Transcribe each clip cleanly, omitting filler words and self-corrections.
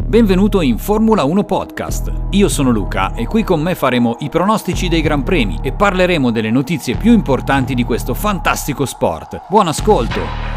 Benvenuto in Formula 1 Podcast. Io sono Luca e qui con me faremo i pronostici dei Gran Premi e parleremo delle notizie più importanti di questo fantastico sport. Buon ascolto!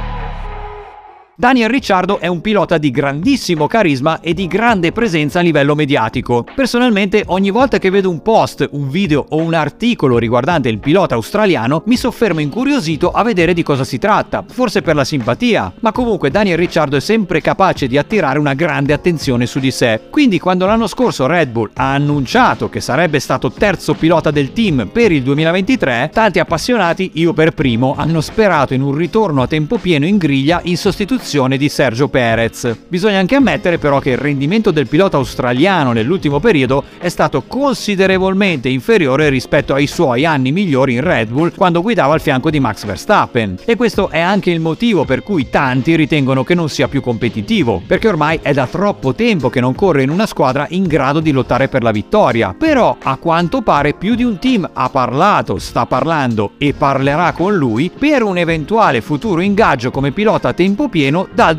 Daniel Ricciardo è un pilota di grandissimo carisma e di grande presenza a livello mediatico. Personalmente, ogni volta che vedo un post, un video o un articolo riguardante il pilota australiano, mi soffermo incuriosito a vedere di cosa si tratta, forse per la simpatia, ma comunque Daniel Ricciardo è sempre capace di attirare una grande attenzione su di sé. Quindi quando l'anno scorso Red Bull ha annunciato che sarebbe stato terzo pilota del team per il 2023, tanti appassionati, io per primo, hanno sperato in un ritorno a tempo pieno in griglia in sostituzione di Sergio Perez. Bisogna anche ammettere però che il rendimento del pilota australiano nell'ultimo periodo è stato considerevolmente inferiore rispetto ai suoi anni migliori in Red Bull quando guidava al fianco di Max Verstappen, e questo è anche il motivo per cui tanti ritengono che non sia più competitivo, perché ormai è da troppo tempo che non corre in una squadra in grado di lottare per la vittoria. Però a quanto pare più di un team ha parlato, sta parlando e parlerà con lui per un eventuale futuro ingaggio come pilota a tempo pieno dal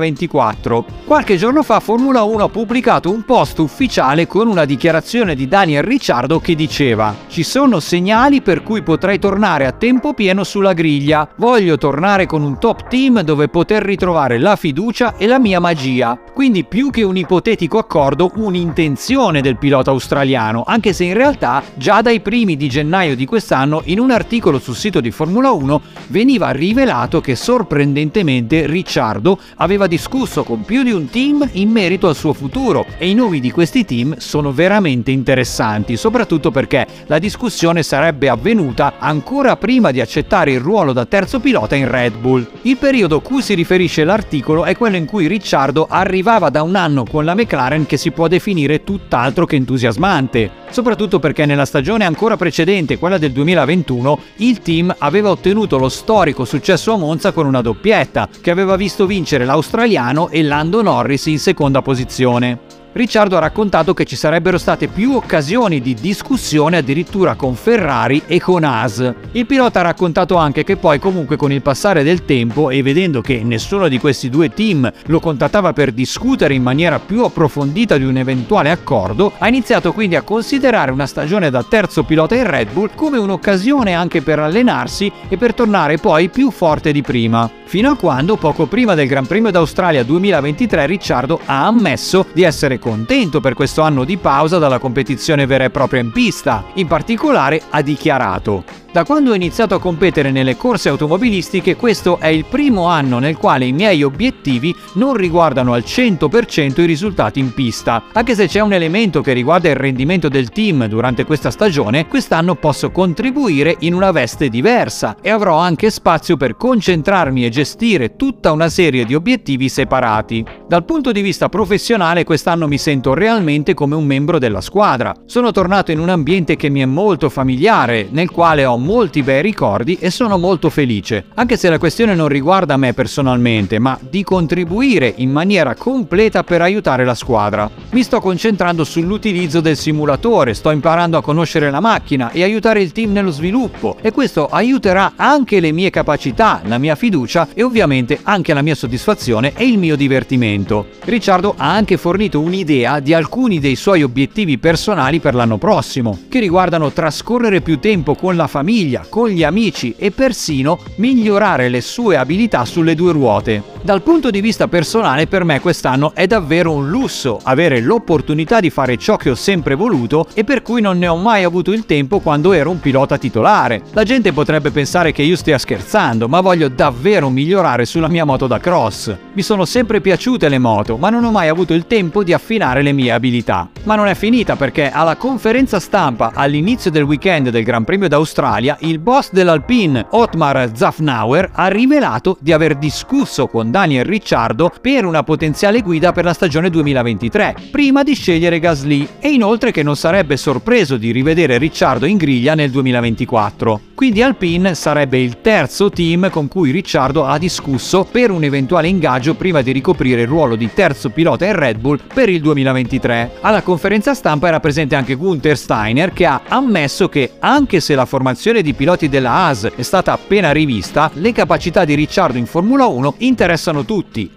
2024. Qualche giorno fa Formula 1 ha pubblicato un post ufficiale con una dichiarazione di Daniel Ricciardo che diceva: "Ci sono segnali per cui potrei tornare a tempo pieno sulla griglia. Voglio tornare con un top team dove poter ritrovare la fiducia e la mia magia". Quindi più che un ipotetico accordo, un'intenzione del pilota australiano, anche se in realtà già dai primi di gennaio di quest'anno in un articolo sul sito di Formula 1 veniva rivelato che sorprendentemente Ricciardo aveva discusso con più di un team in merito al suo futuro, e i nomi di questi team sono veramente interessanti, soprattutto perché la discussione sarebbe avvenuta ancora prima di accettare il ruolo da terzo pilota in Red Bull. Il periodo cui si riferisce l'articolo è quello in cui Ricciardo arrivava da un anno con la McLaren che si può definire tutt'altro che entusiasmante, soprattutto perché nella stagione ancora precedente, quella del 2021, il team aveva ottenuto lo storico successo a Monza con una doppietta, che aveva visto vincere l'australiano e Lando Norris in seconda posizione. Ricciardo ha raccontato che ci sarebbero state più occasioni di discussione addirittura con Ferrari e con Haas. Il pilota ha raccontato anche che poi comunque con il passare del tempo e vedendo che nessuno di questi due team lo contattava per discutere in maniera più approfondita di un eventuale accordo, ha iniziato quindi a considerare una stagione da terzo pilota in Red Bull come un'occasione anche per allenarsi e per tornare poi più forte di prima. Fino a quando, poco prima del Gran Premio d'Australia 2023, Ricciardo ha ammesso di essere contento per questo anno di pausa dalla competizione vera e propria in pista. In particolare ha dichiarato: "Da quando ho iniziato a competere nelle corse automobilistiche, questo è il primo anno nel quale i miei obiettivi non riguardano al 100% i risultati in pista. Anche se c'è un elemento che riguarda il rendimento del team durante questa stagione, quest'anno posso contribuire in una veste diversa e avrò anche spazio per concentrarmi e gestire tutta una serie di obiettivi separati. Dal punto di vista professionale, quest'anno mi sento realmente come un membro della squadra. Sono tornato in un ambiente che mi è molto familiare, nel quale ho molti bei ricordi e sono molto felice, anche se la questione non riguarda me personalmente, ma di contribuire in maniera completa per aiutare la squadra. Mi sto concentrando sull'utilizzo del simulatore, sto imparando a conoscere la macchina e aiutare il team nello sviluppo, e questo aiuterà anche le mie capacità, la mia fiducia e ovviamente anche la mia soddisfazione e il mio divertimento". Ricciardo ha anche fornito un'idea di alcuni dei suoi obiettivi personali per l'anno prossimo, che riguardano trascorrere più tempo con la famiglia, con gli amici e persino migliorare le sue abilità sulle due ruote. Dal punto di vista personale, per me quest'anno è davvero un lusso avere l'opportunità di fare ciò che ho sempre voluto e per cui non ne ho mai avuto il tempo quando ero un pilota titolare. La gente potrebbe pensare che io stia scherzando, ma voglio davvero migliorare sulla mia moto da cross. Mi sono sempre piaciute le moto, ma non ho mai avuto il tempo di affinare le mie abilità. Ma non è finita, perché alla conferenza stampa all'inizio del weekend del Gran Premio d'Australia, il boss dell'Alpine, Otmar Szafnauer, ha rivelato di aver discusso con Daniel Ricciardo per una potenziale guida per la stagione 2023, prima di scegliere Gasly, e inoltre che non sarebbe sorpreso di rivedere Ricciardo in griglia nel 2024. Quindi Alpine sarebbe il terzo team con cui Ricciardo ha discusso per un eventuale ingaggio prima di ricoprire il ruolo di terzo pilota in Red Bull per il 2023. Alla conferenza stampa era presente anche Günther Steiner, che ha ammesso che anche se la formazione di piloti della Haas è stata appena rivista, le capacità di Ricciardo in Formula 1 interessano tutti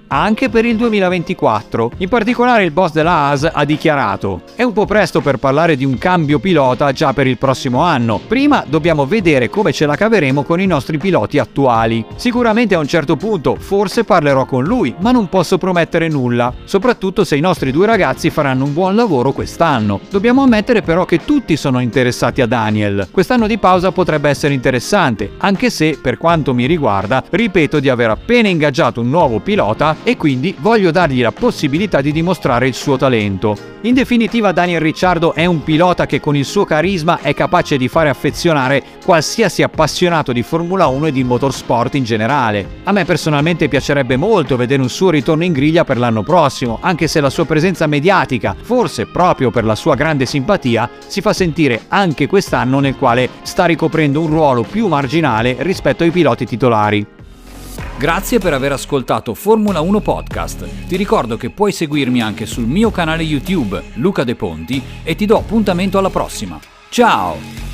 anche per il 2024. In particolare il boss della Haas ha dichiarato: è un po' presto per parlare di un cambio pilota già per il prossimo anno, prima dobbiamo vedere come ce la caveremo con i nostri piloti attuali. Sicuramente a un certo punto forse parlerò con lui, ma non posso promettere nulla, soprattutto se i nostri due ragazzi faranno un buon lavoro quest'anno. Dobbiamo ammettere però che tutti sono interessati a Daniel. Quest'anno di pausa potrebbe essere interessante, anche se per quanto mi riguarda ripeto di aver appena ingaggiato un nuovo pilota e quindi voglio dargli la possibilità di dimostrare il suo talento. In definitiva Daniel Ricciardo è un pilota che con il suo carisma è capace di fare affezionare qualsiasi appassionato di Formula 1 e di motorsport in generale. A me personalmente piacerebbe molto vedere un suo ritorno in griglia per l'anno prossimo, anche se la sua presenza mediatica, forse proprio per la sua grande simpatia, si fa sentire anche quest'anno, nel quale sta ricoprendo un ruolo più marginale rispetto ai piloti titolari. Grazie per aver ascoltato Formula 1 Podcast. Ti ricordo che puoi seguirmi anche sul mio canale YouTube, Luca De Ponti, e ti do appuntamento alla prossima. Ciao!